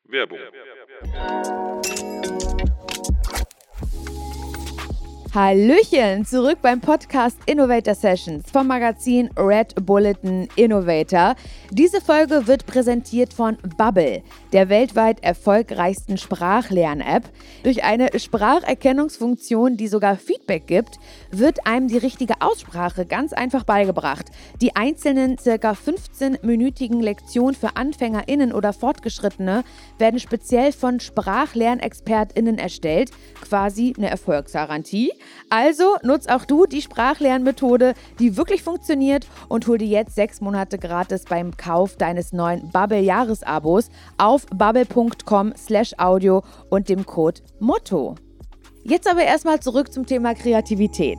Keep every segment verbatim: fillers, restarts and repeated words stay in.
Werbung. Hallöchen, zurück beim Podcast Innovator Sessions vom Magazin Red Bulletin Innovator. Diese Folge wird präsentiert von Babbel, der weltweit erfolgreichsten Sprachlern-App. Durch eine Spracherkennungsfunktion, die sogar Feedback gibt, wird einem die richtige Aussprache ganz einfach beigebracht. Die einzelnen ca. fünfzehn-minütigen Lektionen für AnfängerInnen oder Fortgeschrittene werden speziell von SprachlernexpertInnen erstellt, quasi eine Erfolgsgarantie. Also nutz auch du die Sprachlernmethode, die wirklich funktioniert, und hol dir jetzt sechs Monate gratis beim Kauf deines neuen Babbel-Jahresabos auf babbel punkt com slash audio und dem Code Motto. Jetzt aber erstmal zurück zum Thema Kreativität.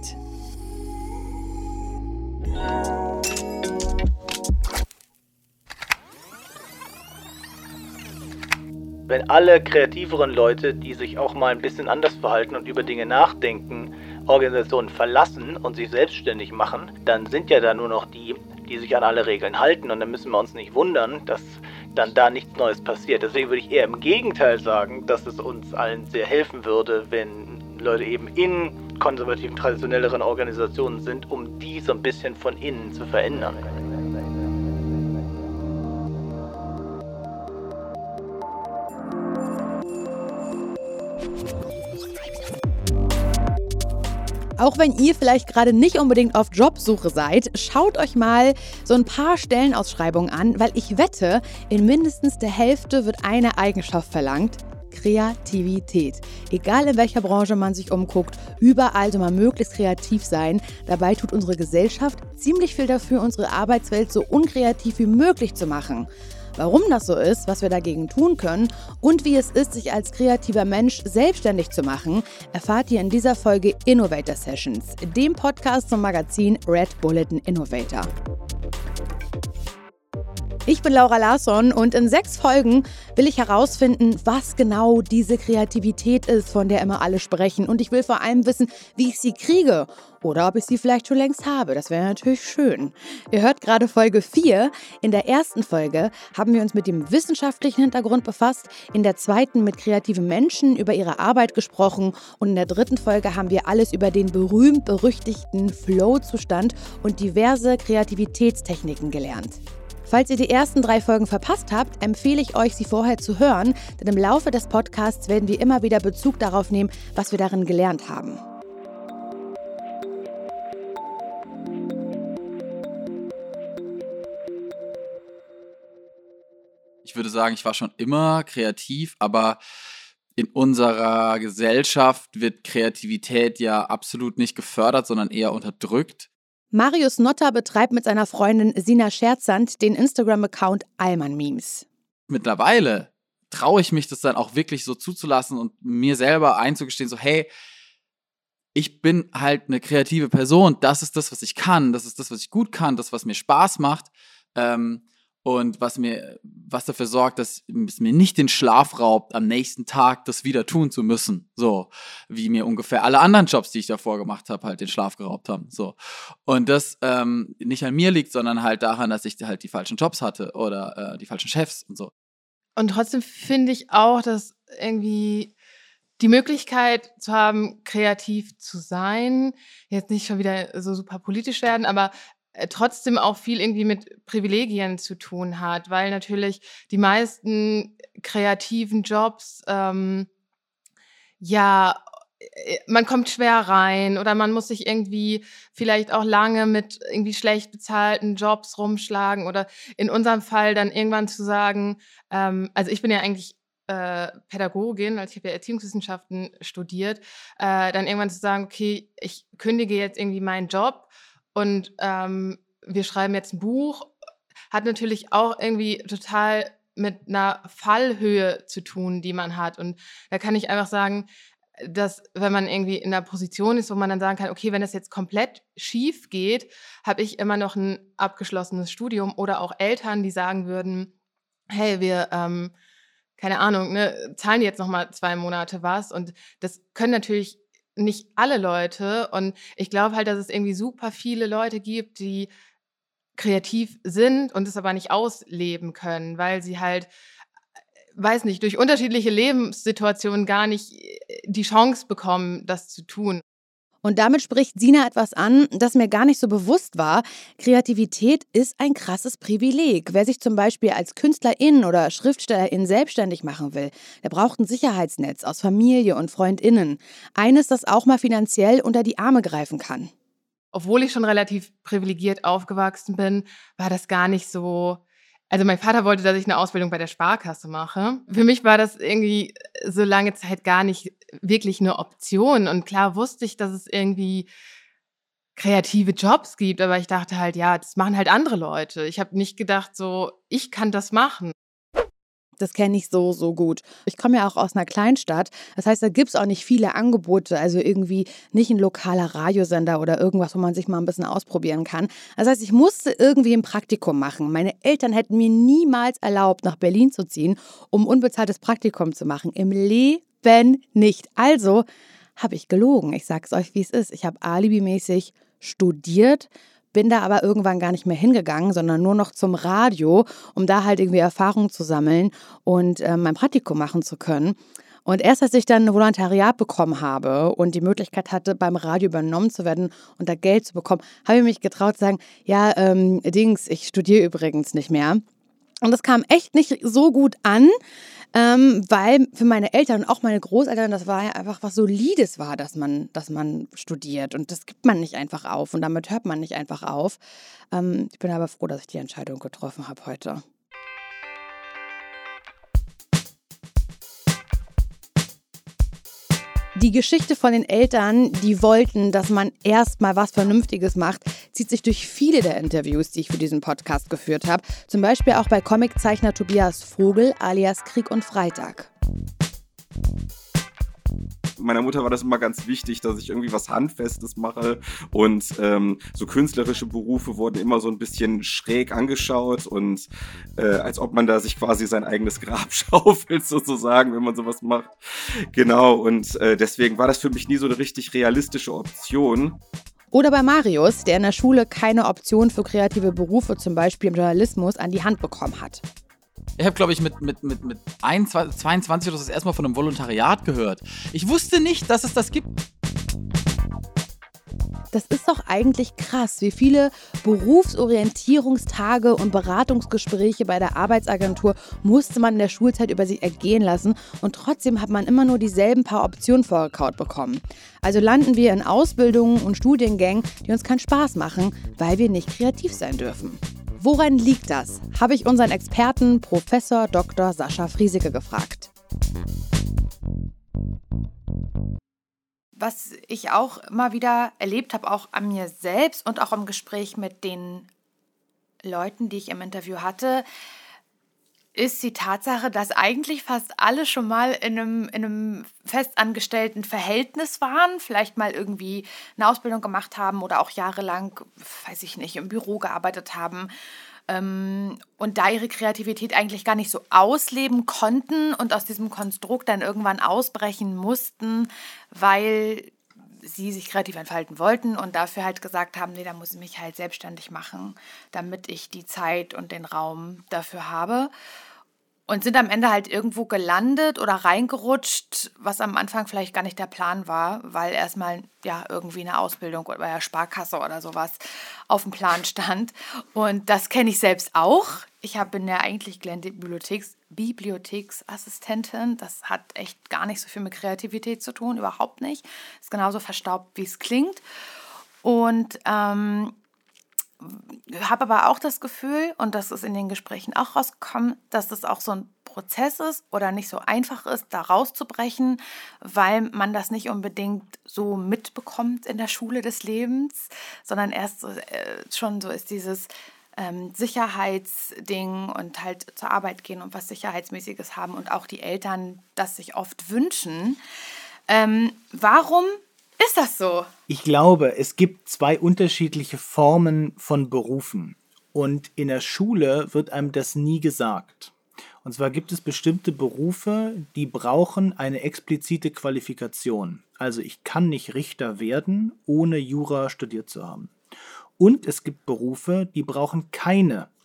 Wenn alle kreativeren Leute, die sich auch mal ein bisschen anders verhalten und über Dinge nachdenken, Organisationen verlassen und sich selbstständig machen, dann sind ja da nur noch die, die sich an alle Regeln halten, und dann müssen wir uns nicht wundern, dass dann da nichts Neues passiert. Deswegen würde ich eher im Gegenteil sagen, dass es uns allen sehr helfen würde, wenn Leute eben in konservativen, traditionelleren Organisationen sind, um die so ein bisschen von innen zu verändern. Auch wenn ihr vielleicht gerade nicht unbedingt auf Jobsuche seid, schaut euch mal so ein paar Stellenausschreibungen an, weil ich wette, in mindestens der Hälfte wird eine Eigenschaft verlangt: Kreativität. Egal in welcher Branche man sich umguckt, überall soll man möglichst kreativ sein. Dabei tut unsere Gesellschaft ziemlich viel dafür, unsere Arbeitswelt so unkreativ wie möglich zu machen. Warum das so ist, was wir dagegen tun können und wie es ist, sich als kreativer Mensch selbstständig zu machen, erfahrt ihr in dieser Folge Innovator Sessions, dem Podcast zum Magazin Red Bulletin Innovator. Ich bin Laura Larsson und in sechs Folgen will ich herausfinden, was genau diese Kreativität ist, von der immer alle sprechen. Und ich will vor allem wissen, wie ich sie kriege oder ob ich sie vielleicht schon längst habe. Das wäre natürlich schön. Ihr hört gerade Folge vier. In der ersten Folge haben wir uns mit dem wissenschaftlichen Hintergrund befasst, in der zweiten mit kreativen Menschen über ihre Arbeit gesprochen und in der dritten Folge haben wir alles über den berühmt-berüchtigten Flow-Zustand und diverse Kreativitätstechniken gelernt. Falls ihr die ersten drei Folgen verpasst habt, empfehle ich euch, sie vorher zu hören, denn im Laufe des Podcasts werden wir immer wieder Bezug darauf nehmen, was wir darin gelernt haben. Ich würde sagen, ich war schon immer kreativ, aber in unserer Gesellschaft wird Kreativität ja absolut nicht gefördert, sondern eher unterdrückt. Marius Notter betreibt mit seiner Freundin Sina Scherzand den Instagram-Account Allmann Memes. Mittlerweile traue ich mich, das dann auch wirklich so zuzulassen und mir selber einzugestehen, so hey, ich bin halt eine kreative Person, das ist das, was ich kann, das ist das, was ich gut kann, das, was mir Spaß macht, ähm, und was mir, was dafür sorgt, dass es mir nicht den Schlaf raubt, am nächsten Tag das wieder tun zu müssen. So, wie mir ungefähr alle anderen Jobs, die ich davor gemacht habe, halt den Schlaf geraubt haben. So. Und das ähm, nicht an mir liegt, sondern halt daran, dass ich halt die falschen Jobs hatte oder äh, die falschen Chefs und so. Und trotzdem finde ich auch, dass irgendwie die Möglichkeit zu haben, kreativ zu sein, jetzt nicht schon wieder so super politisch werden, aber trotzdem auch viel irgendwie mit Privilegien zu tun hat, weil natürlich die meisten kreativen Jobs, ähm, ja, man kommt schwer rein oder man muss sich irgendwie vielleicht auch lange mit irgendwie schlecht bezahlten Jobs rumschlagen oder in unserem Fall dann irgendwann zu sagen, ähm, also ich bin ja eigentlich äh, Pädagogin, also ich habe ja Erziehungswissenschaften studiert, äh, dann irgendwann zu sagen, okay, ich kündige jetzt irgendwie meinen Job und ähm, wir schreiben jetzt ein Buch, hat natürlich auch irgendwie total mit einer Fallhöhe zu tun, die man hat. Und da kann ich einfach sagen, dass wenn man irgendwie in einer Position ist, wo man dann sagen kann, okay, wenn das jetzt komplett schief geht, habe ich immer noch ein abgeschlossenes Studium oder auch Eltern, die sagen würden, hey, wir, ähm, keine Ahnung, ne, zahlen die jetzt noch mal zwei Monate was. Und das können natürlich nicht alle Leute. Und ich glaube halt, dass es irgendwie super viele Leute gibt, die kreativ sind und es aber nicht ausleben können, weil sie halt weiß nicht, durch unterschiedliche Lebenssituationen gar nicht die Chance bekommen, das zu tun. Und damit spricht Sina etwas an, das mir gar nicht so bewusst war. Kreativität ist ein krasses Privileg. Wer sich zum Beispiel als Künstlerin oder Schriftstellerin selbstständig machen will, der braucht ein Sicherheitsnetz aus Familie und FreundInnen. Eines, das auch mal finanziell unter die Arme greifen kann. Obwohl ich schon relativ privilegiert aufgewachsen bin, war das gar nicht so. Also mein Vater wollte, dass ich eine Ausbildung bei der Sparkasse mache. Für mich war das irgendwie so lange Zeit gar nicht wirklich eine Option. Und klar wusste ich, dass es irgendwie kreative Jobs gibt, aber ich dachte halt, ja, das machen halt andere Leute. Ich habe nicht gedacht so, ich kann das machen. Das kenne ich so, so gut. Ich komme ja auch aus einer Kleinstadt. Das heißt, da gibt es auch nicht viele Angebote. Also irgendwie nicht ein lokaler Radiosender oder irgendwas, wo man sich mal ein bisschen ausprobieren kann. Das heißt, ich musste irgendwie ein Praktikum machen. Meine Eltern hätten mir niemals erlaubt, nach Berlin zu ziehen, um unbezahltes Praktikum zu machen. Im Leben nicht. Also habe ich gelogen. Ich sag's euch, wie es ist. Ich habe alibimäßig studiert, bin da aber irgendwann gar nicht mehr hingegangen, sondern nur noch zum Radio, um da halt irgendwie Erfahrung zu sammeln und äh, mein Praktikum machen zu können. Und erst als ich dann ein Volontariat bekommen habe und die Möglichkeit hatte, beim Radio übernommen zu werden und da Geld zu bekommen, habe ich mich getraut zu sagen, ja, ähm, Dings, ich studiere übrigens nicht mehr. Und das kam echt nicht so gut an, ähm, weil für meine Eltern und auch meine Großeltern das war ja einfach was Solides war, dass man, dass man studiert. Und das gibt man nicht einfach auf und damit hört man nicht einfach auf. Ähm, ich bin aber froh, dass ich die Entscheidung getroffen habe heute. Die Geschichte von den Eltern, die wollten, dass man erst mal was Vernünftiges macht, zieht sich durch viele der Interviews, die ich für diesen Podcast geführt habe. Zum Beispiel auch bei Comiczeichner Tobias Vogel alias Krieg und Freitag. Meiner Mutter war das immer ganz wichtig, dass ich irgendwie was Handfestes mache und ähm, so künstlerische Berufe wurden immer so ein bisschen schräg angeschaut und äh, als ob man da sich quasi sein eigenes Grab schaufelt sozusagen, wenn man sowas macht. Genau, und äh, deswegen war das für mich nie so eine richtig realistische Option. Oder bei Marius, der in der Schule keine Option für kreative Berufe, zum Beispiel im Journalismus, an die Hand bekommen hat. Ich habe, glaube ich, mit, mit, mit, mit einundzwanzig, zweiundzwanzig oder so das erste Mal von einem Volontariat gehört. Ich wusste nicht, dass es das gibt. Das ist doch eigentlich krass, wie viele Berufsorientierungstage und Beratungsgespräche bei der Arbeitsagentur musste man in der Schulzeit über sich ergehen lassen und trotzdem hat man immer nur dieselben paar Optionen vorgekaut bekommen. Also landen wir in Ausbildungen und Studiengängen, die uns keinen Spaß machen, weil wir nicht kreativ sein dürfen. Woran liegt das? Habe ich unseren Experten Professor Doktor Sascha Friesike gefragt. Was ich auch immer wieder erlebt habe, auch an mir selbst und auch im Gespräch mit den Leuten, die ich im Interview hatte, ist die Tatsache, dass eigentlich fast alle schon mal in einem, in einem festangestellten Verhältnis waren, vielleicht mal irgendwie eine Ausbildung gemacht haben oder auch jahrelang, weiß ich nicht, im Büro gearbeitet haben ähm, und da ihre Kreativität eigentlich gar nicht so ausleben konnten und aus diesem Konstrukt dann irgendwann ausbrechen mussten, weil sie sich kreativ entfalten wollten und dafür halt gesagt haben, nee, da muss ich mich halt selbstständig machen, damit ich die Zeit und den Raum dafür habe. Und sind am Ende halt irgendwo gelandet oder reingerutscht, was am Anfang vielleicht gar nicht der Plan war, weil erstmal ja irgendwie eine Ausbildung bei der Sparkasse oder sowas auf dem Plan stand. Und das kenne ich selbst auch. Ich hab, bin ja eigentlich gelernte Bibliotheks, Bibliotheksassistentin. Das hat echt gar nicht so viel mit Kreativität zu tun, überhaupt nicht. Ist genauso verstaubt, wie es klingt. Und ähm, habe aber auch das Gefühl, und das ist in den Gesprächen auch rausgekommen, dass das auch so ein Prozess ist oder nicht so einfach ist, da rauszubrechen, weil man das nicht unbedingt so mitbekommt in der Schule des Lebens, sondern erst so, äh, schon so ist dieses ähm, Sicherheitsding und halt zur Arbeit gehen und was Sicherheitsmäßiges haben und auch die Eltern das sich oft wünschen. Ähm, warum ist das so? Ich glaube, es gibt zwei unterschiedliche Formen von Berufen. Und in der Schule wird einem das nie gesagt. Und zwar gibt es bestimmte Berufe, die brauchen eine explizite Qualifikation. Also ich kann nicht Richter werden, ohne Jura studiert zu haben. Und es gibt Berufe, die brauchen keine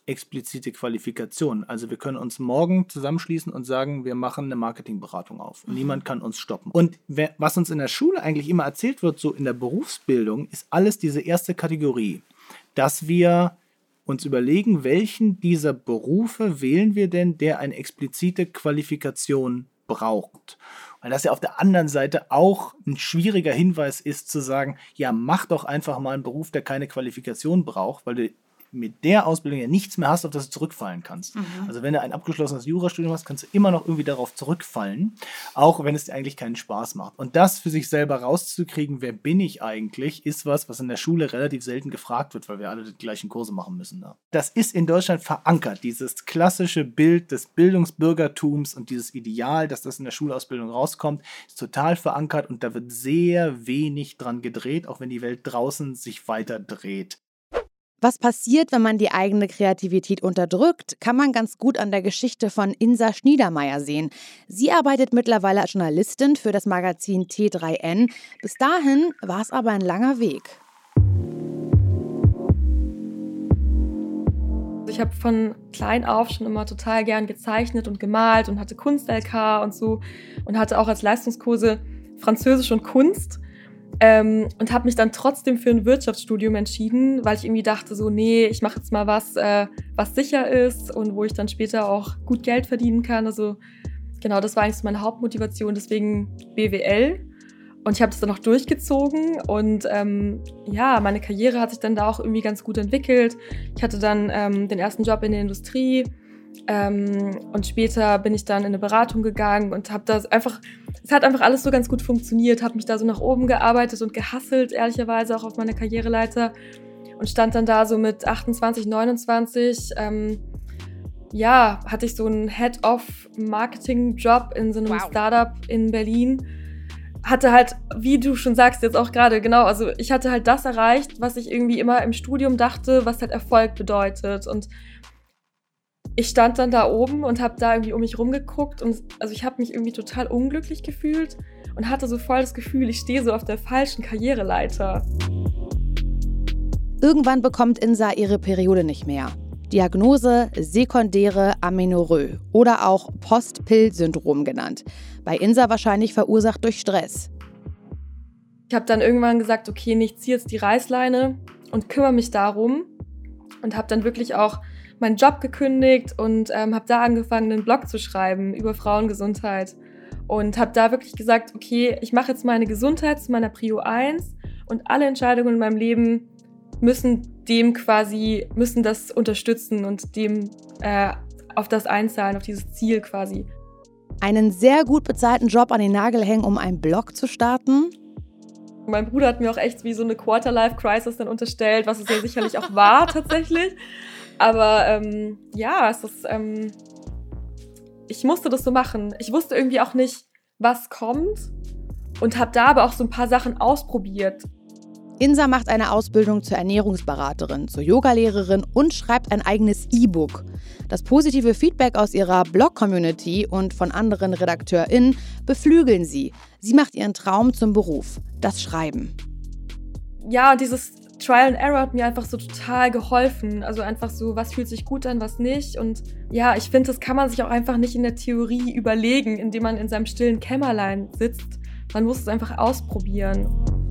explizite Qualifikation. Also wir können uns morgen zusammenschließen und sagen, wir machen eine Marketingberatung auf. Und mhm. niemand kann uns stoppen. Und wer, was uns in der Schule eigentlich immer erzählt wird, so in der Berufsbildung, ist alles diese erste Kategorie, dass wir uns überlegen, welchen dieser Berufe wählen wir denn, der eine explizite Qualifikation braucht. Weil das ja auf der anderen Seite auch ein schwieriger Hinweis ist, zu sagen, ja, mach doch einfach mal einen Beruf, der keine Qualifikation braucht, weil du mit der Ausbildung ja nichts mehr hast, auf das du zurückfallen kannst. Mhm. Also wenn du ein abgeschlossenes Jurastudium hast, kannst du immer noch irgendwie darauf zurückfallen, auch wenn es dir eigentlich keinen Spaß macht. Und das für sich selber rauszukriegen, wer bin ich eigentlich, ist was, was in der Schule relativ selten gefragt wird, weil wir alle die gleichen Kurse machen müssen. Da. Das ist in Deutschland verankert, dieses klassische Bild des Bildungsbürgertums und dieses Ideal, dass das in der Schulausbildung rauskommt, ist total verankert und da wird sehr wenig dran gedreht, auch wenn die Welt draußen sich weiter dreht. Was passiert, wenn man die eigene Kreativität unterdrückt, kann man ganz gut an der Geschichte von Insa Schniedermeier sehen. Sie arbeitet mittlerweile als Journalistin für das Magazin T drei N. Bis dahin war es aber ein langer Weg. Ich habe von klein auf schon immer total gern gezeichnet und gemalt und hatte Kunst-L K und so und hatte auch als Leistungskurse Französisch und Kunst. Ähm, und habe mich dann trotzdem für ein Wirtschaftsstudium entschieden, weil ich irgendwie dachte so, nee, ich mache jetzt mal was, äh, was sicher ist und wo ich dann später auch gut Geld verdienen kann. Also genau, das war eigentlich so meine Hauptmotivation, deswegen B W L. Und ich habe das dann auch durchgezogen und ähm, ja, meine Karriere hat sich dann da auch irgendwie ganz gut entwickelt. Ich hatte dann ähm, den ersten Job in der Industrie. Ähm, und später bin ich dann in eine Beratung gegangen und habe das einfach, es hat einfach alles so ganz gut funktioniert, habe mich da so nach oben gearbeitet und gehustelt, ehrlicherweise auch auf meiner Karriereleiter und stand dann da so mit achtundzwanzig, neunundzwanzig, ähm, ja, hatte ich so einen Head-of-Marketing-Job in so einem wow. Startup in Berlin, hatte halt, wie du schon sagst jetzt auch gerade, genau, also ich hatte halt das erreicht, was ich irgendwie immer im Studium dachte, was halt Erfolg bedeutet und ich stand dann da oben und habe da irgendwie um mich rumgeguckt und also ich habe mich irgendwie total unglücklich gefühlt und hatte so voll das Gefühl, ich stehe so auf der falschen Karriereleiter. Irgendwann bekommt Insa ihre Periode nicht mehr. Diagnose sekundäre Amenorrhoe oder auch Post-Pill-Syndrom genannt. Bei Insa wahrscheinlich verursacht durch Stress. Ich habe dann irgendwann gesagt, okay, ich ziehe jetzt die Reißleine und kümmere mich darum und habe dann wirklich auch meinen Job gekündigt und ähm, habe da angefangen, einen Blog zu schreiben über Frauengesundheit und habe da wirklich gesagt, okay, ich mache jetzt meine Gesundheit zu meiner Prio eins und alle Entscheidungen in meinem Leben müssen dem quasi, müssen das unterstützen und dem äh, auf das einzahlen, auf dieses Ziel quasi. Einen sehr gut bezahlten Job an den Nagel hängen, um einen Blog zu starten? Mein Bruder hat mir auch echt wie so eine Quarter-Life-Crisis dann unterstellt, was es ja sicherlich auch war tatsächlich. Aber ähm, ja, es ist, ähm, ich musste das so machen. Ich wusste irgendwie auch nicht, was kommt und habe da aber auch so ein paar Sachen ausprobiert. Insa macht eine Ausbildung zur Ernährungsberaterin, zur Yogalehrerin und schreibt ein eigenes E-Book. Das positive Feedback aus ihrer Blog-Community und von anderen RedakteurInnen beflügeln sie. Sie macht ihren Traum zum Beruf, das Schreiben. Ja, und dieses Trial and Error hat mir einfach so total geholfen. Also einfach so, was fühlt sich gut an, was nicht. Und ja, ich finde, das kann man sich auch einfach nicht in der Theorie überlegen, indem man in seinem stillen Kämmerlein sitzt. Man muss es einfach ausprobieren.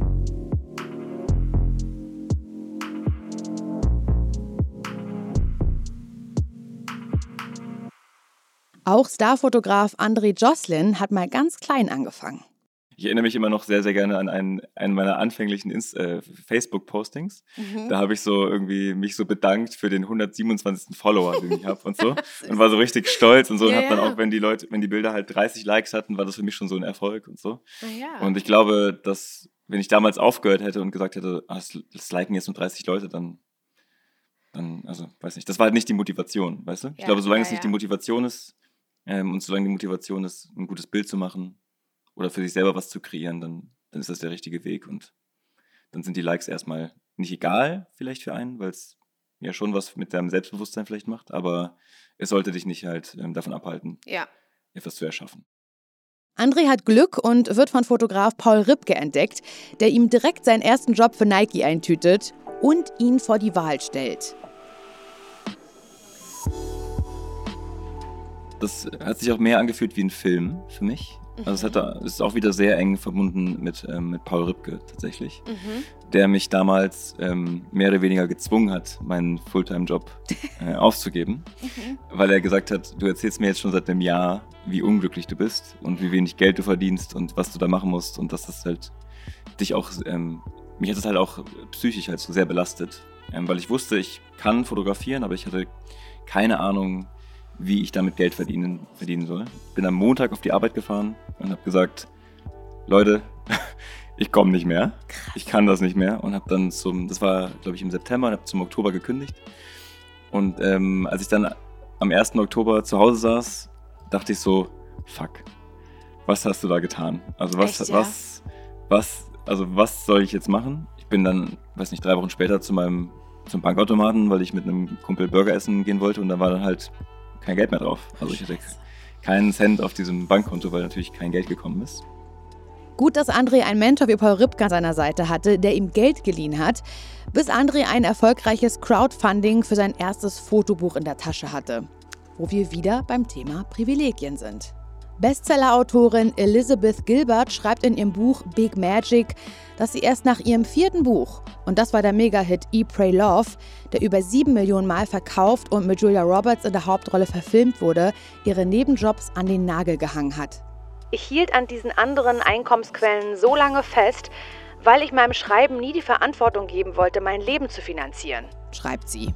Auch Starfotograf André Joslin hat mal ganz klein angefangen. Ich erinnere mich immer noch sehr, sehr gerne an einen, einen meiner anfänglichen Inst- äh, Facebook-Postings. Mhm. Da habe ich so irgendwie mich so bedankt für den hundertsiebenundzwanzigsten Follower, den ich habe und so. Und war so richtig stolz und so. Ja, und habe dann auch, wenn die Leute, wenn die Bilder halt dreißig Likes hatten, war das für mich schon so ein Erfolg und so. Ja. Und ich glaube, dass, wenn ich damals aufgehört hätte und gesagt hätte, ah, das, das liken jetzt nur dreißig Leute, dann, dann, also, weiß nicht. Das war halt nicht die Motivation, weißt du? Ich ja, glaube, solange ja, es nicht ja. die Motivation ist, ähm, und solange die Motivation ist, ein gutes Bild zu machen, oder für sich selber was zu kreieren, dann, dann ist das der richtige Weg und dann sind die Likes erstmal nicht egal vielleicht für einen, weil es ja schon was mit deinem Selbstbewusstsein vielleicht macht, aber es sollte dich nicht halt ähm, davon abhalten, ja. etwas zu erschaffen. André hat Glück und wird von Fotograf Paul Ripke entdeckt, der ihm direkt seinen ersten Job für Nike eintütet und ihn vor die Wahl stellt. das hat sich auch mehr angefühlt wie ein Film für mich. Also es, hat da, es ist auch wieder sehr eng verbunden mit, ähm, mit Paul Ripke tatsächlich, Mhm. der mich damals ähm, mehr oder weniger gezwungen hat, meinen Fulltime-Job äh, aufzugeben, Mhm. weil er gesagt hat, du erzählst mir jetzt schon seit einem Jahr, wie unglücklich du bist und wie wenig Geld du verdienst und was du da machen musst und dass das halt dich auch, ähm, mich hat das halt auch psychisch halt so sehr belastet, ähm, weil ich wusste, ich kann fotografieren, aber ich hatte keine Ahnung, wie ich damit Geld verdienen, verdienen soll. Bin am Montag auf die Arbeit gefahren und habe gesagt, Leute, ich komme nicht mehr, ich kann das nicht mehr und habe dann zum, das war glaube ich im September, und habe zum Oktober gekündigt und ähm, als ich dann am ersten Oktober zu Hause saß, dachte ich so, fuck, was hast du da getan? Also was, Echt, ja? was, was, also was soll ich jetzt machen? Ich bin dann, weiß nicht, drei Wochen später zu meinem, zum Bankautomaten, weil ich mit einem Kumpel Burger essen gehen wollte und da war dann halt kein Geld mehr drauf. Also ich hatte keinen Cent auf diesem Bankkonto, weil natürlich kein Geld gekommen ist. Gut, dass André einen Mentor wie Paul Ripke an seiner Seite hatte, der ihm Geld geliehen hat, bis André ein erfolgreiches Crowdfunding für sein erstes Fotobuch in der Tasche hatte. Wo wir wieder beim Thema Privilegien sind. Bestsellerautorin Elizabeth Gilbert schreibt in ihrem Buch Big Magic, dass sie erst nach ihrem vierten Buch, und das war der Mega-Hit Eat, Pray, Love, der über sieben Millionen Mal verkauft und mit Julia Roberts in der Hauptrolle verfilmt wurde, ihre Nebenjobs an den Nagel gehangen hat. Ich hielt an diesen anderen Einkommensquellen so lange fest, weil ich meinem Schreiben nie die Verantwortung geben wollte, mein Leben zu finanzieren, schreibt sie.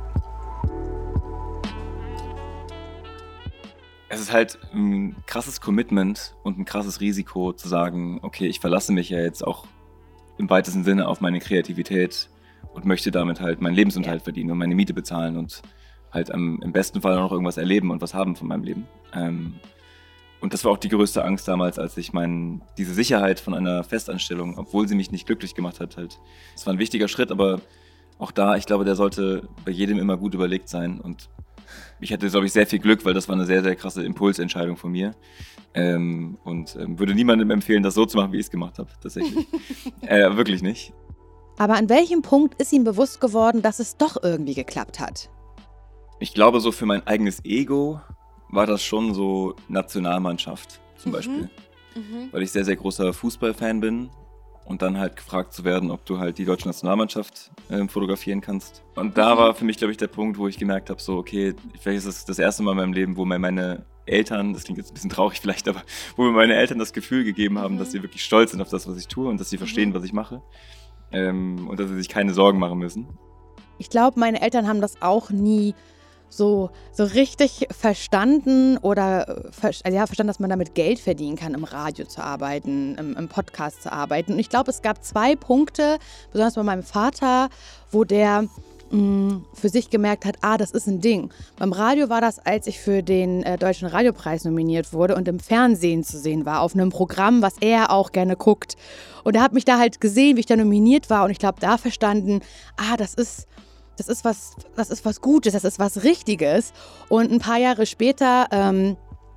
Es ist halt ein krasses Commitment und ein krasses Risiko zu sagen, okay, ich verlasse mich ja jetzt auch im weitesten Sinne auf meine Kreativität und möchte damit halt meinen Lebensunterhalt verdienen und meine Miete bezahlen und halt am, im besten Fall noch irgendwas erleben und was haben von meinem Leben. Ähm, und das war auch die größte Angst damals, als ich mein, diese Sicherheit von einer Festanstellung, obwohl sie mich nicht glücklich gemacht hat, halt. Das war ein wichtiger Schritt, aber auch da, ich glaube, der sollte bei jedem immer gut überlegt sein und ich hatte, glaube ich, sehr viel Glück, weil das war eine sehr, sehr krasse Impulsentscheidung von mir. Ähm, und ähm, würde niemandem empfehlen, das so zu machen, wie ich es gemacht habe, tatsächlich. äh, wirklich nicht. Aber an welchem Punkt ist ihm bewusst geworden, dass es doch irgendwie geklappt hat? Ich glaube, so für mein eigenes Ego war das schon so Nationalmannschaft zum Beispiel. Mhm. Weil ich sehr, sehr großer Fußballfan bin. Und dann halt gefragt zu werden, ob du halt die deutsche Nationalmannschaft äh, fotografieren kannst. Und da war für mich, glaube ich, der Punkt, wo ich gemerkt habe, so okay, vielleicht ist es das erste Mal in meinem Leben, wo mir meine Eltern, das klingt jetzt ein bisschen traurig vielleicht, aber wo mir meine Eltern das Gefühl gegeben haben, mhm. dass sie wirklich stolz sind auf das, was ich tue und dass sie verstehen, mhm. was ich mache. Ähm, und dass sie sich keine Sorgen machen müssen. Ich glaube, meine Eltern haben das auch nie so, so richtig verstanden oder also ja, verstanden, dass man damit Geld verdienen kann, im Radio zu arbeiten, im, im Podcast zu arbeiten. Und ich glaube, es gab zwei Punkte, besonders bei meinem Vater, wo der mh, für sich gemerkt hat, ah, das ist ein Ding. Beim Radio war das, als ich für den äh, Deutschen Radiopreis nominiert wurde und im Fernsehen zu sehen war, auf einem Programm, was er auch gerne guckt. Und er hat mich da halt gesehen, wie ich da nominiert war und ich glaube, da verstanden, ah, das ist... Das ist was, das ist was Gutes, das ist was Richtiges. Und ein paar Jahre später ähm,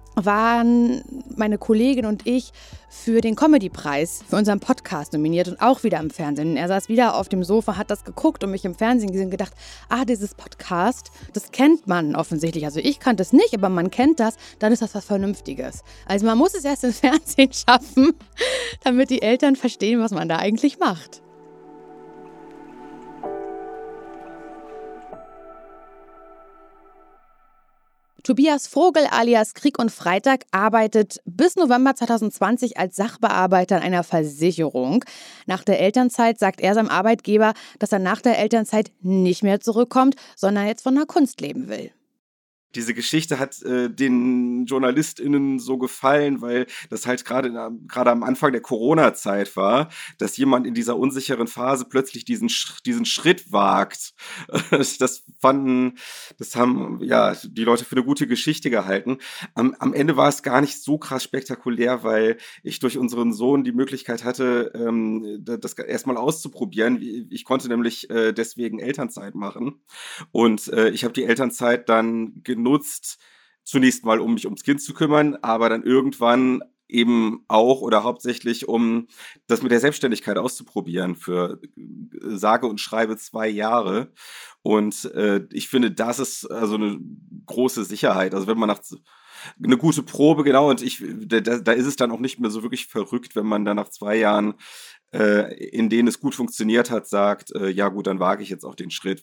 waren meine Kollegin und ich für den Comedy-Preis für unseren Podcast nominiert und auch wieder im Fernsehen. Er saß wieder auf dem Sofa, hat das geguckt und mich im Fernsehen gesehen und gedacht, ah, dieses Podcast, das kennt man offensichtlich. Also ich kannte es nicht, aber man kennt das, dann ist das was Vernünftiges. Also man muss es erst im Fernsehen schaffen, damit die Eltern verstehen, was man da eigentlich macht. Tobias Vogel alias Krieg und Freitag arbeitet bis November zwanzig zwanzig als Sachbearbeiter in einer Versicherung. Nach der Elternzeit sagt er seinem Arbeitgeber, dass er nach der Elternzeit nicht mehr zurückkommt, sondern jetzt von der Kunst leben will. Diese Geschichte hat äh, den JournalistInnen so gefallen, weil das halt gerade gerade am Anfang der Corona-Zeit war, dass jemand in dieser unsicheren Phase plötzlich diesen diesen Schritt wagt. Das fanden, das haben ja die Leute für eine gute Geschichte gehalten. Am, am Ende war es gar nicht so krass spektakulär, weil ich durch unseren Sohn die Möglichkeit hatte, ähm, das erstmal auszuprobieren. Ich konnte nämlich äh, deswegen Elternzeit machen und äh, ich habe die Elternzeit dann genutzt, zunächst mal, um mich ums Kind zu kümmern, aber dann irgendwann eben auch oder hauptsächlich, um das mit der Selbstständigkeit auszuprobieren für sage und schreibe zwei Jahre. Und äh, ich finde, das ist also eine große Sicherheit. Also wenn man nach eine gute Probe, genau. Und ich, da, da ist es dann auch nicht mehr so wirklich verrückt, wenn man dann nach zwei Jahren, äh, in denen es gut funktioniert hat, sagt, äh, ja gut, dann wage ich jetzt auch den Schritt.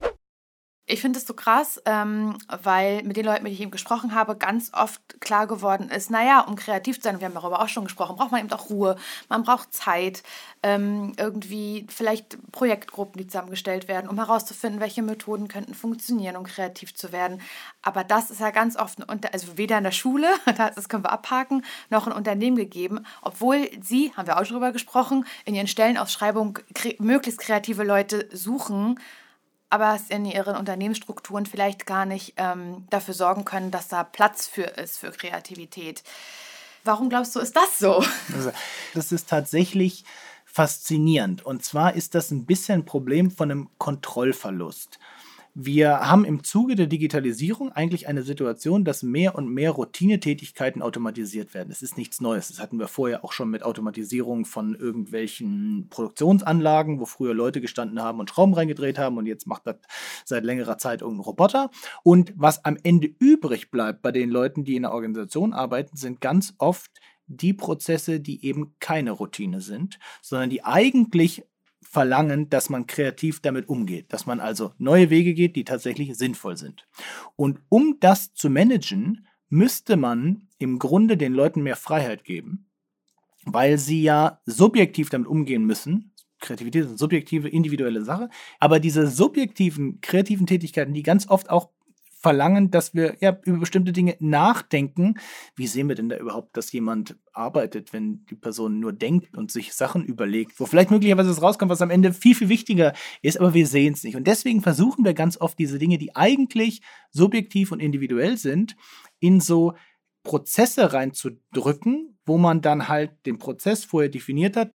Ich finde es so krass, ähm, weil mit den Leuten, mit denen ich eben gesprochen habe, ganz oft klar geworden ist, naja, um kreativ zu sein, wir haben darüber auch schon gesprochen, braucht man eben auch Ruhe, man braucht Zeit, ähm, irgendwie vielleicht Projektgruppen, die zusammengestellt werden, um herauszufinden, welche Methoden könnten funktionieren, um kreativ zu werden. Aber das ist ja ganz oft, ein Unter- also weder in der Schule, das können wir abhaken, noch in Unternehmen gegeben, obwohl sie, haben wir auch schon drüber gesprochen, in ihren Stellenausschreibungen kre- möglichst kreative Leute suchen, aber es in ihren Unternehmensstrukturen vielleicht gar nicht ähm, dafür sorgen können, dass da Platz für ist, für Kreativität. Warum glaubst du, ist das so? Also, das ist tatsächlich faszinierend. Und zwar ist das ein bisschen ein Problem von einem Kontrollverlust. Wir haben im Zuge der Digitalisierung eigentlich eine Situation, dass mehr und mehr Routinetätigkeiten automatisiert werden. Das ist nichts Neues. Das hatten wir vorher auch schon mit Automatisierung von irgendwelchen Produktionsanlagen, wo früher Leute gestanden haben und Schrauben reingedreht haben und jetzt macht das seit längerer Zeit irgendein Roboter. Und was am Ende übrig bleibt bei den Leuten, die in der Organisation arbeiten, sind ganz oft die Prozesse, die eben keine Routine sind, sondern die eigentlich verlangen, dass man kreativ damit umgeht, dass man also neue Wege geht, die tatsächlich sinnvoll sind. Und um das zu managen, müsste man im Grunde den Leuten mehr Freiheit geben, weil sie ja subjektiv damit umgehen müssen. Kreativität ist eine subjektive, individuelle Sache, aber diese subjektiven, kreativen Tätigkeiten, die ganz oft auch verlangen, dass wir ja über bestimmte Dinge nachdenken. Wie sehen wir denn da überhaupt, dass jemand arbeitet, wenn die Person nur denkt und sich Sachen überlegt, wo vielleicht möglicherweise das rauskommt, was am Ende viel, viel wichtiger ist, aber wir sehen es nicht. Und deswegen versuchen wir ganz oft diese Dinge, die eigentlich subjektiv und individuell sind, in so Prozesse reinzudrücken, wo man dann halt den Prozess vorher definiert hat.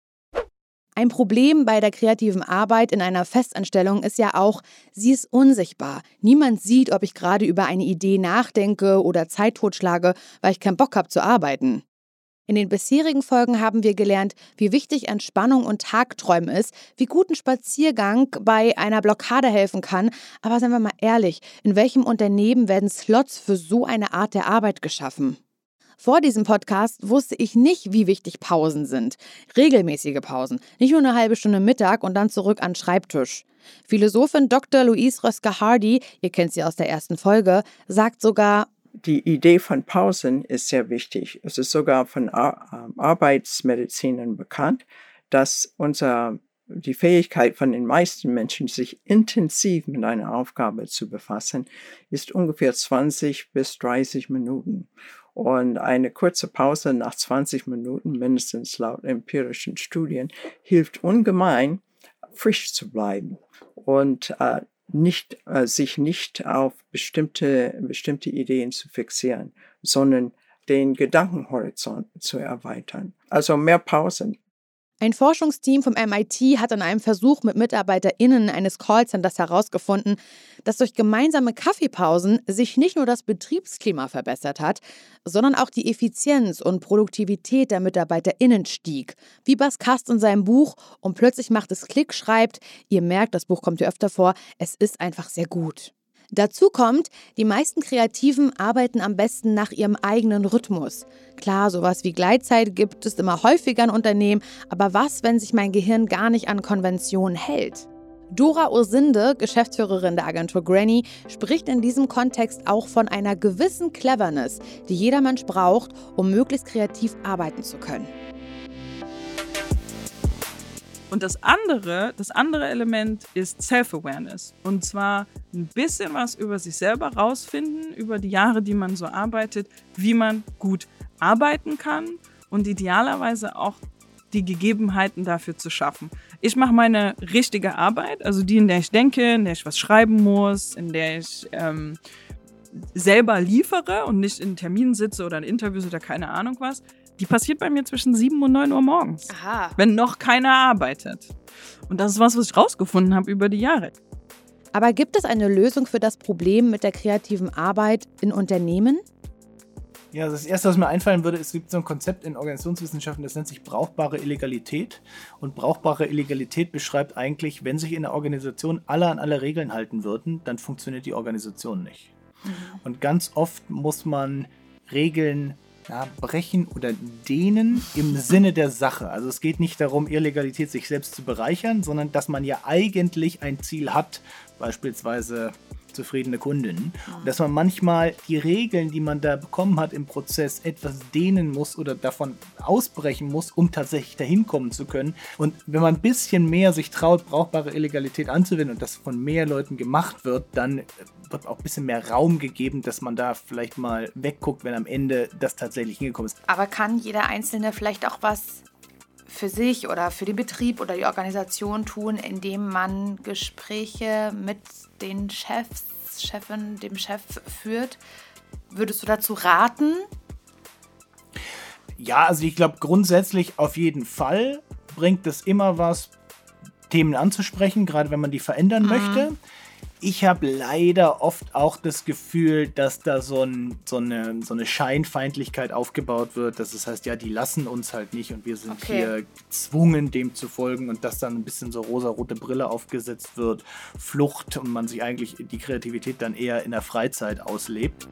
Ein Problem bei der kreativen Arbeit in einer Festanstellung ist ja auch, sie ist unsichtbar. Niemand sieht, ob ich gerade über eine Idee nachdenke oder Zeit totschlage, weil ich keinen Bock habe zu arbeiten. In den bisherigen Folgen haben wir gelernt, wie wichtig Entspannung und Tagträumen ist, wie gut ein Spaziergang bei einer Blockade helfen kann. Aber seien wir mal ehrlich, in welchem Unternehmen werden Slots für so eine Art der Arbeit geschaffen? Vor diesem Podcast wusste ich nicht, wie wichtig Pausen sind. Regelmäßige Pausen, nicht nur eine halbe Stunde Mittag und dann zurück an den Schreibtisch. Philosophin Doktor Louise Rösker-Hardy, ihr kennt sie aus der ersten Folge, sagt sogar: Die Idee von Pausen ist sehr wichtig. Es ist sogar von Ar- Arbeitsmedizinern bekannt, dass unser, die Fähigkeit von den meisten Menschen, sich intensiv mit einer Aufgabe zu befassen, ist ungefähr zwanzig bis dreißig Minuten. Und eine kurze Pause nach zwanzig Minuten, mindestens laut empirischen Studien, hilft ungemein, frisch zu bleiben und äh, nicht, äh, sich nicht auf bestimmte, bestimmte Ideen zu fixieren, sondern den Gedankenhorizont zu erweitern. Also mehr Pausen. Ein Forschungsteam vom M I T hat in einem Versuch mit MitarbeiterInnen eines Callcenters herausgefunden, dass durch gemeinsame Kaffeepausen sich nicht nur das Betriebsklima verbessert hat, sondern auch die Effizienz und Produktivität der MitarbeiterInnen stieg. Wie Bas Kast in seinem Buch Und plötzlich macht es Klick schreibt, ihr merkt, das Buch kommt hier öfter vor, es ist einfach sehr gut. Dazu kommt, die meisten Kreativen arbeiten am besten nach ihrem eigenen Rhythmus. Klar, sowas wie Gleitzeit gibt es immer häufiger in Unternehmen, aber was, wenn sich mein Gehirn gar nicht an Konventionen hält? Dora Ursinde, Geschäftsführerin der Agentur Granny, spricht in diesem Kontext auch von einer gewissen Cleverness, die jeder Mensch braucht, um möglichst kreativ arbeiten zu können. Und das andere, das andere Element ist Self-Awareness. Und zwar ein bisschen was über sich selber rausfinden, über die Jahre, die man so arbeitet, wie man gut arbeiten kann und idealerweise auch die Gegebenheiten dafür zu schaffen. Ich mache meine richtige Arbeit, also die, in der ich denke, in der ich was schreiben muss, in der ich ähm, selber liefere und nicht in Terminen sitze oder in Interviews oder keine Ahnung was. Die passiert bei mir zwischen sieben und neun Uhr morgens, Aha. wenn noch keiner arbeitet. Und das ist was, was ich rausgefunden habe über die Jahre. Aber gibt es eine Lösung für das Problem mit der kreativen Arbeit in Unternehmen? Ja, das Erste, was mir einfallen würde, es gibt so ein Konzept in Organisationswissenschaften, das nennt sich brauchbare Illegalität. Und brauchbare Illegalität beschreibt eigentlich, wenn sich in der Organisation alle an alle Regeln halten würden, dann funktioniert die Organisation nicht. Mhm. Und ganz oft muss man Regeln ja, brechen oder dehnen im Sinne der Sache. Also es geht nicht darum, Illegalität sich selbst zu bereichern, sondern dass man ja eigentlich ein Ziel hat, beispielsweise zufriedene Kundinnen. Und dass man manchmal die Regeln, die man da bekommen hat im Prozess, etwas dehnen muss oder davon ausbrechen muss, um tatsächlich dahin kommen zu können. Und wenn man ein bisschen mehr sich traut, brauchbare Illegalität anzuwenden und das von mehr Leuten gemacht wird, dann wird auch ein bisschen mehr Raum gegeben, dass man da vielleicht mal wegguckt, wenn am Ende das tatsächlich hingekommen ist. Aber kann jeder Einzelne vielleicht auch was für sich oder für den Betrieb oder die Organisation tun, indem man Gespräche mit den Chefs, Chefin, dem Chef führt? Würdest du dazu raten? Ja, also ich glaube grundsätzlich auf jeden Fall bringt es immer was, Themen anzusprechen, gerade wenn man die verändern mhm. möchte. Ich habe leider oft auch das Gefühl, dass da so, ein, so, eine, so eine Scheinfeindlichkeit aufgebaut wird, dass es heißt, ja, die lassen uns halt nicht und wir sind okay. hier gezwungen, dem zu folgen und dass dann ein bisschen so rosa-rote Brille aufgesetzt wird, Flucht und man sich eigentlich die Kreativität dann eher in der Freizeit auslebt.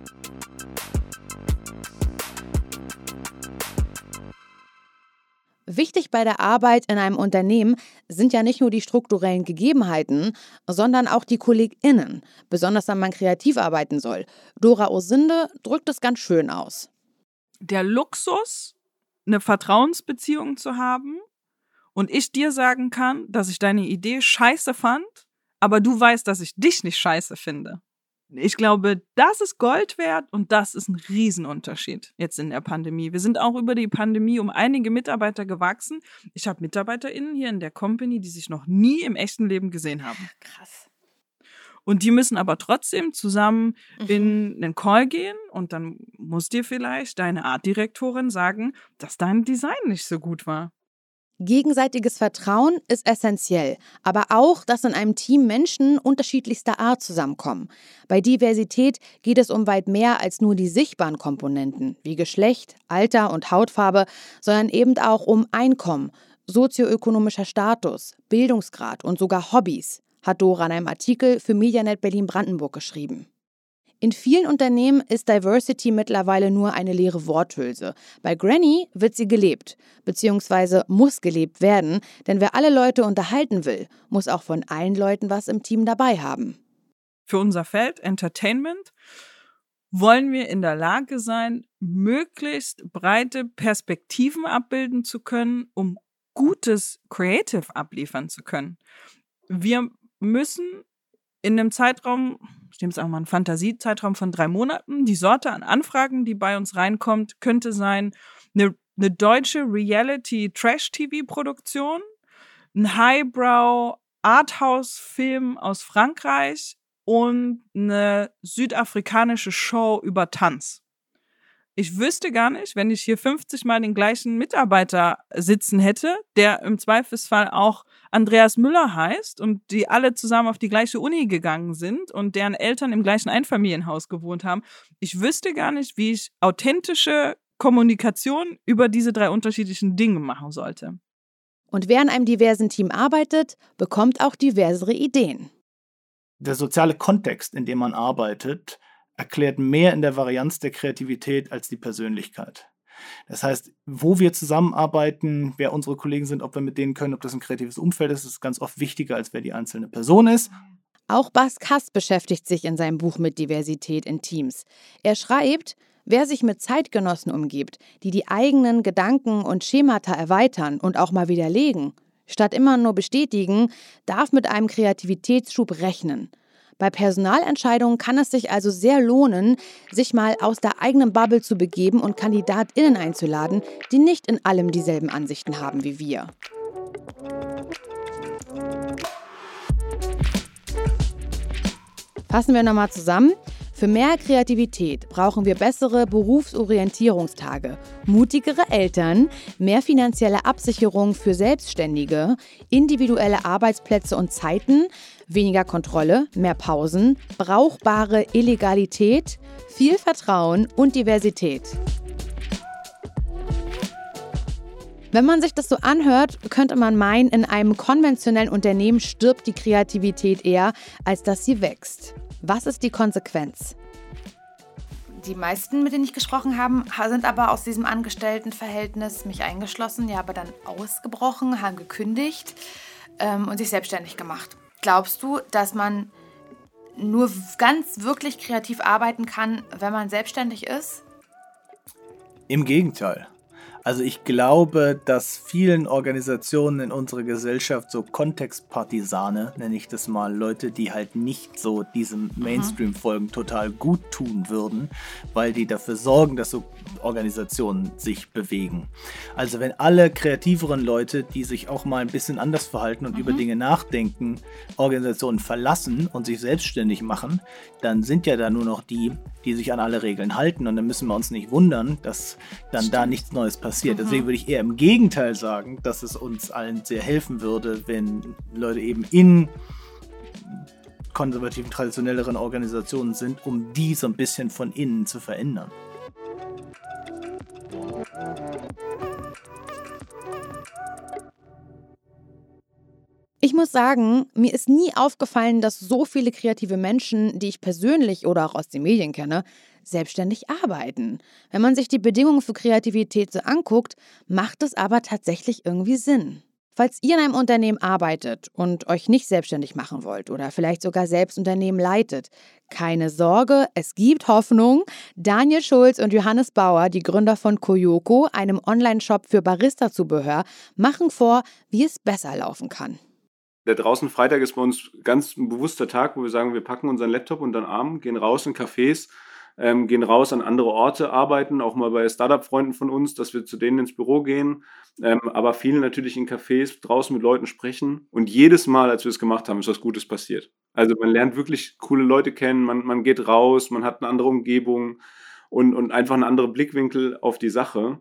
Wichtig bei der Arbeit in einem Unternehmen sind ja nicht nur die strukturellen Gegebenheiten, sondern auch die KollegInnen, besonders wenn man kreativ arbeiten soll. Dora Osinde drückt es ganz schön aus. Der Luxus, eine Vertrauensbeziehung zu haben und ich dir sagen kann, dass ich deine Idee scheiße fand, aber du weißt, dass ich dich nicht scheiße finde. Ich glaube, das ist Gold wert und das ist ein Riesenunterschied jetzt in der Pandemie. Wir sind auch über die Pandemie um einige Mitarbeiter gewachsen. Ich habe MitarbeiterInnen hier in der Company, die sich noch nie im echten Leben gesehen haben. Krass. Und die müssen aber trotzdem zusammen mhm. in einen Call gehen und dann muss dir vielleicht deine Artdirektorin sagen, dass dein Design nicht so gut war. Gegenseitiges Vertrauen ist essentiell, aber auch, dass in einem Team Menschen unterschiedlichster Art zusammenkommen. Bei Diversität geht es um weit mehr als nur die sichtbaren Komponenten, wie Geschlecht, Alter und Hautfarbe, sondern eben auch um Einkommen, sozioökonomischer Status, Bildungsgrad und sogar Hobbys, hat Dora in einem Artikel für Medianet Berlin-Brandenburg geschrieben. In vielen Unternehmen ist Diversity mittlerweile nur eine leere Worthülse. Bei Granny wird sie gelebt, beziehungsweise muss gelebt werden, denn wer alle Leute unterhalten will, muss auch von allen Leuten was im Team dabei haben. Für unser Feld Entertainment wollen wir in der Lage sein, möglichst breite Perspektiven abbilden zu können, um gutes Creative abliefern zu können. Wir müssen in einem Zeitraum, ich nehme jetzt auch mal einen Fantasiezeitraum von drei Monaten, die Sorte an Anfragen, die bei uns reinkommt, könnte sein eine, eine deutsche Reality-Trash-T V-Produktion, ein Highbrow-Arthouse-Film aus Frankreich und eine südafrikanische Show über Tanz. Ich wüsste gar nicht, wenn ich hier fünfzig Mal den gleichen Mitarbeiter sitzen hätte, der im Zweifelsfall auch Andreas Müller heißt und die alle zusammen auf die gleiche Uni gegangen sind und deren Eltern im gleichen Einfamilienhaus gewohnt haben. Ich wüsste gar nicht, wie ich authentische Kommunikation über diese drei unterschiedlichen Dinge machen sollte. Und wer in einem diversen Team arbeitet, bekommt auch diversere Ideen. Der soziale Kontext, in dem man arbeitet, erklärt mehr in der Varianz der Kreativität als die Persönlichkeit. Das heißt, wo wir zusammenarbeiten, wer unsere Kollegen sind, ob wir mit denen können, ob das ein kreatives Umfeld ist, ist ganz oft wichtiger, als wer die einzelne Person ist. Auch Bas Kass beschäftigt sich in seinem Buch mit Diversität in Teams. Er schreibt, wer sich mit Zeitgenossen umgibt, die die eigenen Gedanken und Schemata erweitern und auch mal widerlegen, statt immer nur bestätigen, darf mit einem Kreativitätsschub rechnen. Bei Personalentscheidungen kann es sich also sehr lohnen, sich mal aus der eigenen Bubble zu begeben und KandidatInnen einzuladen, die nicht in allem dieselben Ansichten haben wie wir. Fassen wir nochmal zusammen. Für mehr Kreativität brauchen wir bessere Berufsorientierungstage, mutigere Eltern, mehr finanzielle Absicherung für Selbstständige, individuelle Arbeitsplätze und Zeiten, weniger Kontrolle, mehr Pausen, brauchbare Illegalität, viel Vertrauen und Diversität. Wenn man sich das so anhört, könnte man meinen, in einem konventionellen Unternehmen stirbt die Kreativität eher, als dass sie wächst. Was ist die Konsequenz? Die meisten, mit denen ich gesprochen habe, sind aber aus diesem Angestelltenverhältnis, mich eingeschlossen, ja, aber dann ausgebrochen, haben gekündigt ähm, und sich selbstständig gemacht. Glaubst du, dass man nur ganz wirklich kreativ arbeiten kann, wenn man selbstständig ist? Im Gegenteil. Also ich glaube, dass vielen Organisationen in unserer Gesellschaft so Kontextpartisane, nenne ich das mal, Leute, die halt nicht so diesem Mainstream folgen, total gut tun würden, weil die dafür sorgen, dass so Organisationen sich bewegen. Also wenn alle kreativeren Leute, die sich auch mal ein bisschen anders verhalten und mhm. über Dinge nachdenken, Organisationen verlassen und sich selbstständig machen, dann sind ja da nur noch die, die sich an alle Regeln halten und dann müssen wir uns nicht wundern, dass dann Stimmt. da nichts Neues passiert. Mhm. Deswegen würde ich eher im Gegenteil sagen, dass es uns allen sehr helfen würde, wenn Leute eben in konservativen, traditionelleren Organisationen sind, um die so ein bisschen von innen zu verändern. Ich muss sagen, mir ist nie aufgefallen, dass so viele kreative Menschen, die ich persönlich oder auch aus den Medien kenne, selbstständig arbeiten. Wenn man sich die Bedingungen für Kreativität so anguckt, macht es aber tatsächlich irgendwie Sinn. Falls ihr in einem Unternehmen arbeitet und euch nicht selbstständig machen wollt oder vielleicht sogar selbst Unternehmen leitet, keine Sorge, es gibt Hoffnung. Daniel Schulz und Johannes Bauer, die Gründer von Koyoko, einem Online-Shop für Barista-Zubehör, machen vor, wie es besser laufen kann. Der draußen Freitag ist bei uns ganz ein bewusster Tag, wo wir sagen, wir packen unseren Laptop unter den Arm, gehen raus in Cafés, ähm, gehen raus an andere Orte, arbeiten, auch mal bei Startup-Freunden von uns, dass wir zu denen ins Büro gehen, ähm, aber viel natürlich in Cafés, draußen mit Leuten sprechen. Und jedes Mal, als wir es gemacht haben, ist was Gutes passiert. Also man lernt wirklich coole Leute kennen, man, man geht raus, man hat eine andere Umgebung und, und einfach einen anderen Blickwinkel auf die Sache.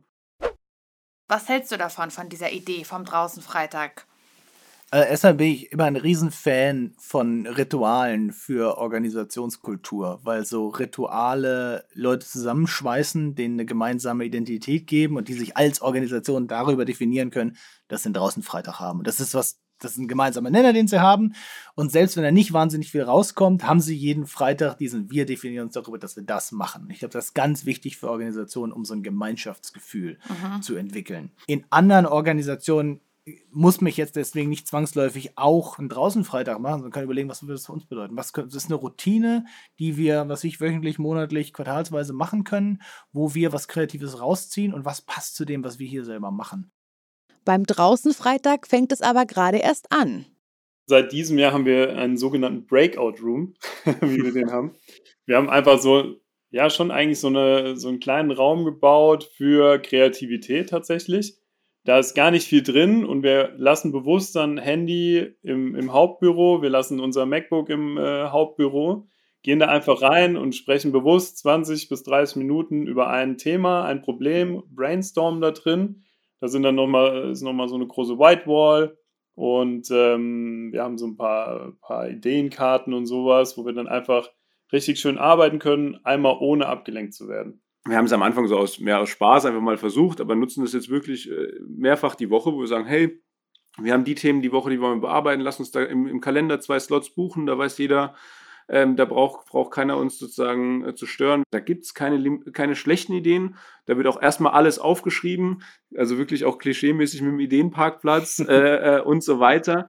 Was hältst du davon, von dieser Idee vom draußen Freitag? Also erstmal bin ich immer ein Riesenfan von Ritualen für Organisationskultur, weil so Rituale Leute zusammenschweißen, denen eine gemeinsame Identität geben und die sich als Organisation darüber definieren können, dass sie einen draußen Freitag haben. Und das ist was, das ist ein gemeinsamer Nenner, den sie haben. Und selbst wenn da nicht wahnsinnig viel rauskommt, haben sie jeden Freitag diesen, wir definieren uns darüber, dass wir das machen. Ich glaube, das ist ganz wichtig für Organisationen, um so ein Gemeinschaftsgefühl mhm. zu entwickeln. In anderen Organisationen muss mich jetzt deswegen nicht zwangsläufig auch einen Draußen-Freitag machen, sondern kann überlegen, was würde das für uns bedeuten. Was das ist eine Routine, die wir, was ich wöchentlich, monatlich, quartalsweise machen können, wo wir was Kreatives rausziehen und was passt zu dem, was wir hier selber machen. Beim Draußen-Freitag fängt es aber gerade erst an. Seit diesem Jahr haben wir einen sogenannten Breakout Room, wie wir den haben. Wir haben einfach so, ja, schon eigentlich so, eine, so einen kleinen Raum gebaut für Kreativität tatsächlich. Da ist gar nicht viel drin und wir lassen bewusst dann Handy im, im Hauptbüro, wir lassen unser MacBook im äh, Hauptbüro, gehen da einfach rein und sprechen bewusst zwanzig bis dreißig Minuten über ein Thema, ein Problem, brainstormen da drin. Da sind dann nochmal, ist nochmal so eine große Whitewall und ähm, wir haben so ein paar, paar Ideenkarten und sowas, wo wir dann einfach richtig schön arbeiten können, einmal ohne abgelenkt zu werden. Wir haben es am Anfang so aus, mehr aus Spaß einfach mal versucht, aber nutzen das jetzt wirklich äh, mehrfach die Woche, wo wir sagen, hey, wir haben die Themen die Woche, die wollen wir bearbeiten, lass uns da im, im Kalender zwei Slots buchen, da weiß jeder, ähm, da braucht, braucht keiner uns sozusagen äh, zu stören. Da gibt es keine, keine schlechten Ideen, da wird auch erstmal alles aufgeschrieben, also wirklich auch klischeemäßig mit dem Ideenparkplatz äh, äh, und so weiter.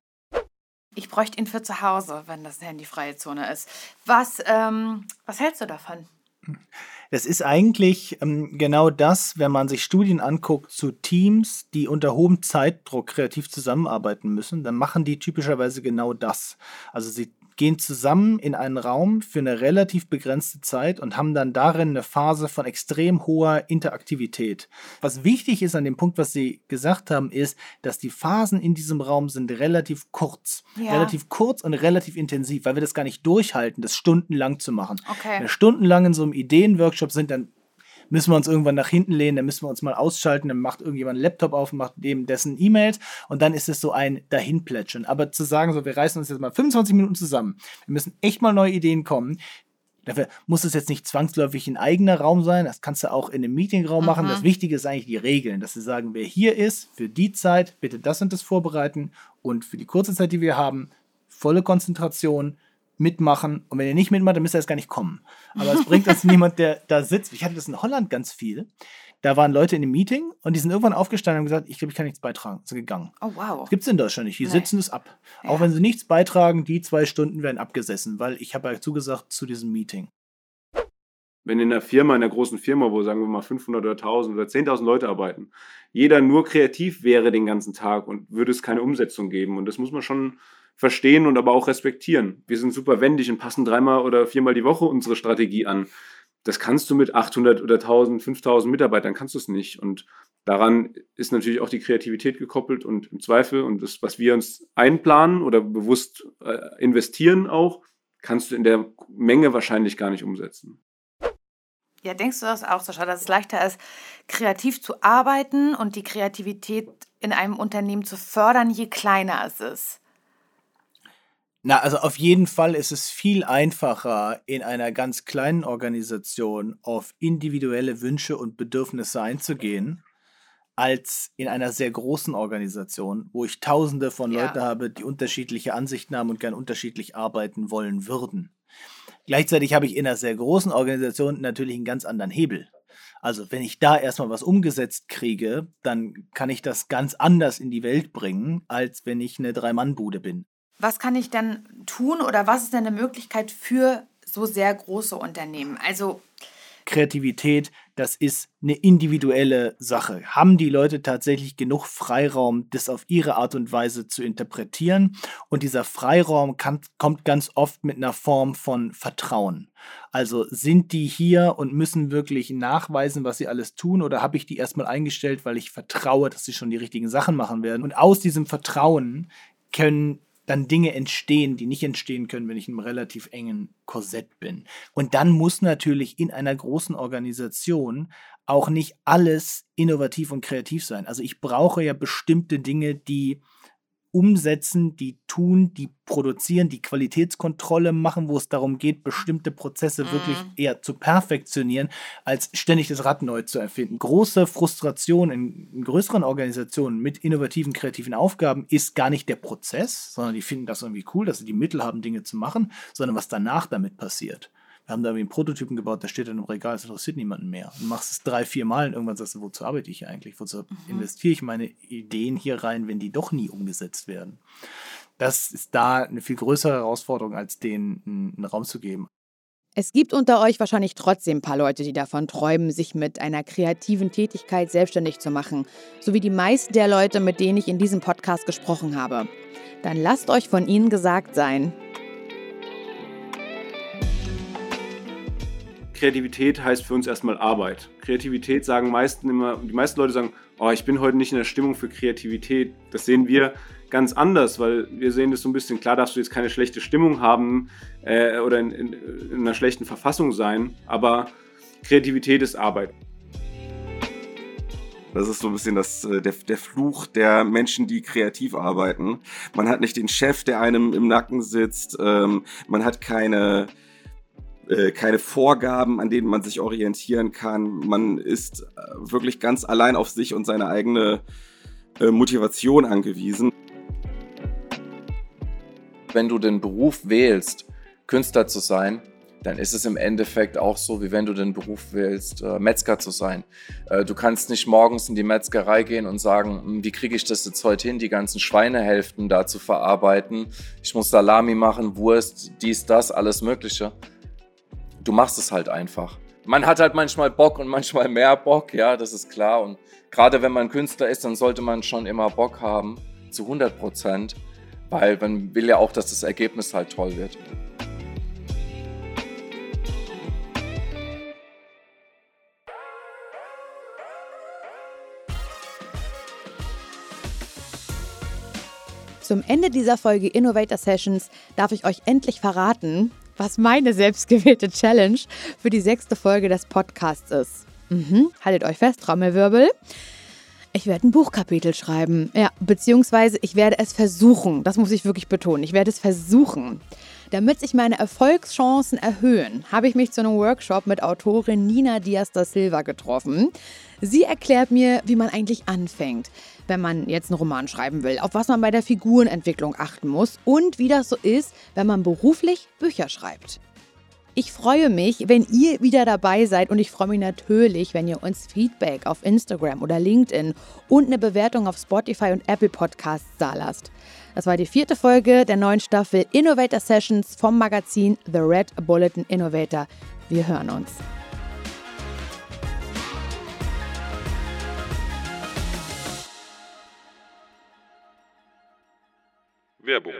Ich bräuchte ihn für zu Hause, wenn das eine handyfreie Zone ist. Was, ähm, was hältst du davon? Das ist eigentlich ähm, genau das, wenn man sich Studien anguckt zu Teams, die unter hohem Zeitdruck kreativ zusammenarbeiten müssen, dann machen die typischerweise genau das. Also sie gehen zusammen in einen Raum für eine relativ begrenzte Zeit und haben dann darin eine Phase von extrem hoher Interaktivität. Was wichtig ist an dem Punkt, was Sie gesagt haben, ist, dass die Phasen in diesem Raum sind relativ kurz. Ja. Relativ kurz und relativ intensiv, weil wir das gar nicht durchhalten, das stundenlang zu machen. Okay. Wenn wir stundenlang in so einem Ideenworkshop sind, dann müssen wir uns irgendwann nach hinten lehnen, dann müssen wir uns mal ausschalten, dann macht irgendjemand einen Laptop auf und macht dem dessen E-Mails und dann ist es so ein Dahinplätschern. Aber zu sagen, so wir reißen uns jetzt mal fünfundzwanzig Minuten zusammen, wir müssen echt mal neue Ideen kommen, dafür muss es jetzt nicht zwangsläufig ein eigener Raum sein, das kannst du auch in einem Meetingraum machen. Das Wichtige ist eigentlich die Regeln, dass wir sagen, wer hier ist, für die Zeit bitte das und das vorbereiten und für die kurze Zeit, die wir haben, volle Konzentration, mitmachen. Und wenn ihr nicht mitmacht, dann müsst ihr erst gar nicht kommen. Aber es bringt uns niemand, der da sitzt. Ich hatte das in Holland ganz viel. Da waren Leute in einem Meeting und die sind irgendwann aufgestanden und gesagt, ich glaube, ich kann nichts beitragen. Sind gegangen. Oh, wow. Das gibt es in Deutschland nicht. Die Nee. sitzen es ab. Ja. Auch wenn sie nichts beitragen, die zwei Stunden werden abgesessen, weil ich habe ja zugesagt zu diesem Meeting. Wenn in einer Firma, in einer großen Firma, wo sagen wir mal fünfhundert oder tausend oder zehntausend Leute arbeiten, jeder nur kreativ wäre den ganzen Tag und würde es keine Umsetzung geben. Und das muss man schon verstehen und aber auch respektieren. Wir sind super wendig und passen dreimal oder viermal die Woche unsere Strategie an. Das kannst du mit achthundert oder tausend, fünftausend Mitarbeitern, kannst du es nicht. Und daran ist natürlich auch die Kreativität gekoppelt und im Zweifel und das, was wir uns einplanen oder bewusst äh, investieren auch, kannst du in der Menge wahrscheinlich gar nicht umsetzen. Ja, denkst du das auch, Sascha, dass es leichter ist, kreativ zu arbeiten und die Kreativität in einem Unternehmen zu fördern, je kleiner es ist? Na, also auf jeden Fall ist es viel einfacher, in einer ganz kleinen Organisation auf individuelle Wünsche und Bedürfnisse einzugehen, als in einer sehr großen Organisation, wo ich Tausende von Ja. Leuten habe, die unterschiedliche Ansichten haben und gern unterschiedlich arbeiten wollen würden. Gleichzeitig habe ich in einer sehr großen Organisation natürlich einen ganz anderen Hebel. Also wenn ich da erstmal was umgesetzt kriege, dann kann ich das ganz anders in die Welt bringen, als wenn ich eine Drei-Mann-Bude bin. Was kann ich denn tun oder was ist denn eine Möglichkeit für so sehr große Unternehmen? Also Kreativität, das ist eine individuelle Sache. Haben die Leute tatsächlich genug Freiraum, das auf ihre Art und Weise zu interpretieren? Und dieser Freiraum kann, kommt ganz oft mit einer Form von Vertrauen. Also sind die hier und müssen wirklich nachweisen, was sie alles tun, oder habe ich die erstmal eingestellt, weil ich vertraue, dass sie schon die richtigen Sachen machen werden? Und aus diesem Vertrauen können dann Dinge entstehen, die nicht entstehen können, wenn ich in einem relativ engen Korsett bin. Und dann muss natürlich in einer großen Organisation auch nicht alles innovativ und kreativ sein. Also ich brauche ja bestimmte Dinge, die umsetzen, die tun, die produzieren, die Qualitätskontrolle machen, wo es darum geht, bestimmte Prozesse Mhm. wirklich eher zu perfektionieren, als ständig das Rad neu zu erfinden. Große Frustration in, in größeren Organisationen mit innovativen, kreativen Aufgaben ist gar nicht der Prozess, sondern die finden das irgendwie cool, dass sie die Mittel haben, Dinge zu machen, sondern was danach damit passiert. Wir haben da irgendwie einen Prototypen gebaut, der steht dann im Regal, das interessiert niemanden mehr. Du machst es drei, vier Mal und irgendwann sagst du, wozu arbeite ich hier eigentlich? Wozu investiere ich meine Ideen hier rein, wenn die doch nie umgesetzt werden? Das ist da eine viel größere Herausforderung, als denen einen Raum zu geben. es gibt unter euch wahrscheinlich trotzdem ein paar Leute, die davon träumen, sich mit einer kreativen Tätigkeit selbstständig zu machen, so wie die meisten der Leute, mit denen ich in diesem Podcast gesprochen habe. Dann lasst euch von ihnen gesagt sein: Kreativität heißt für uns erstmal Arbeit. Kreativität sagen meisten immer, die meisten Leute sagen, oh, ich bin heute nicht in der Stimmung für Kreativität. Das sehen wir ganz anders, weil wir sehen das so ein bisschen, klar darfst du jetzt keine schlechte Stimmung haben äh, oder in, in, in einer schlechten Verfassung sein, aber Kreativität ist Arbeit. Das ist so ein bisschen das, der, der Fluch der Menschen, die kreativ arbeiten. Man hat nicht den Chef, der einem im Nacken sitzt. Ähm, man hat keine, äh, keine Vorgaben, an denen man sich orientieren kann. Man ist äh, wirklich ganz allein auf sich und seine eigene äh, Motivation angewiesen. Wenn du den Beruf wählst, Künstler zu sein, dann ist es im Endeffekt auch so, wie wenn du den Beruf wählst, äh, Metzger zu sein. Äh, du kannst nicht morgens in die Metzgerei gehen und sagen, wie kriege ich das jetzt heute hin, die ganzen Schweinehälften da zu verarbeiten. Ich muss Salami machen, Wurst, dies, das, alles Mögliche. Du machst es halt einfach. Man hat halt manchmal Bock und manchmal mehr Bock, ja, das ist klar. Und gerade wenn man Künstler ist, dann sollte man schon immer Bock haben, zu hundert Prozent. Weil man will ja auch, dass das Ergebnis halt toll wird. Zum Ende dieser Folge Innovator Sessions darf ich euch endlich verraten, was meine selbstgewählte Challenge für die sechste Folge des Podcasts ist. Mhm, haltet euch fest, Trommelwirbel. Ich werde ein Buchkapitel schreiben. Ja, beziehungsweise ich werde es versuchen. Das muss ich wirklich betonen. Ich werde es versuchen. Damit sich meine Erfolgschancen erhöhen, habe ich mich zu einem Workshop mit Autorin Nina Diaz da Silva getroffen. Sie erklärt mir, wie man eigentlich anfängt, wenn man jetzt einen Roman schreiben will, auf was man bei der Figurenentwicklung achten muss und wie das so ist, wenn man beruflich Bücher schreibt. Ich freue mich, wenn ihr wieder dabei seid und ich freue mich natürlich, wenn ihr uns Feedback auf Instagram oder LinkedIn und eine Bewertung auf Spotify und Apple Podcasts dalasst. Das war die vierte Folge der neuen Staffel Innovator Sessions vom Magazin The Red Bulletin Innovator. Wir hören uns. Werbung.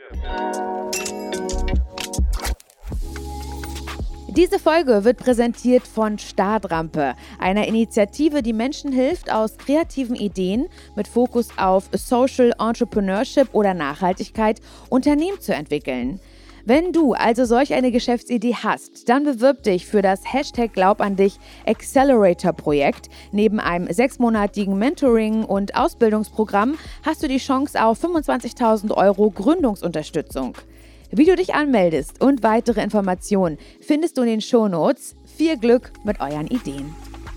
Diese Folge wird präsentiert von Startrampe, einer Initiative, die Menschen hilft, aus kreativen Ideen mit Fokus auf Social Entrepreneurship oder Nachhaltigkeit Unternehmen zu entwickeln. Wenn du also solch eine Geschäftsidee hast, dann bewirb dich für das Hashtag Glaub an dich Accelerator-Projekt. Neben einem sechsmonatigen Mentoring- und Ausbildungsprogramm hast du die Chance auf fünfundzwanzigtausend Euro Gründungsunterstützung. Wie du dich anmeldest und weitere Informationen findest du in den Shownotes. Viel Glück mit euren Ideen.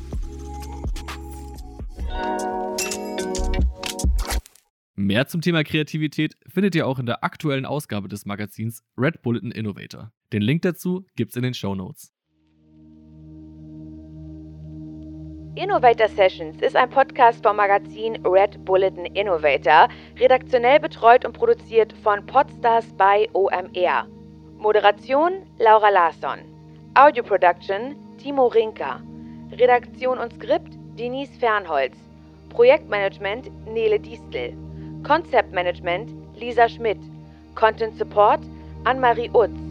Mehr zum Thema Kreativität findet ihr auch in der aktuellen Ausgabe des Magazins Red Bulletin Innovator. Den Link dazu gibt's in den Shownotes. Innovator Sessions ist ein Podcast vom Magazin Red Bulletin Innovator, redaktionell betreut und produziert von Podstars bei O M R. Moderation Laura Larsson. Audio Production Timo Rinker. Redaktion und Skript Denise Fernholz. Projektmanagement Nele Diestel. Konzeptmanagement Lisa Schmidt. Content Support Anne-Marie Utz.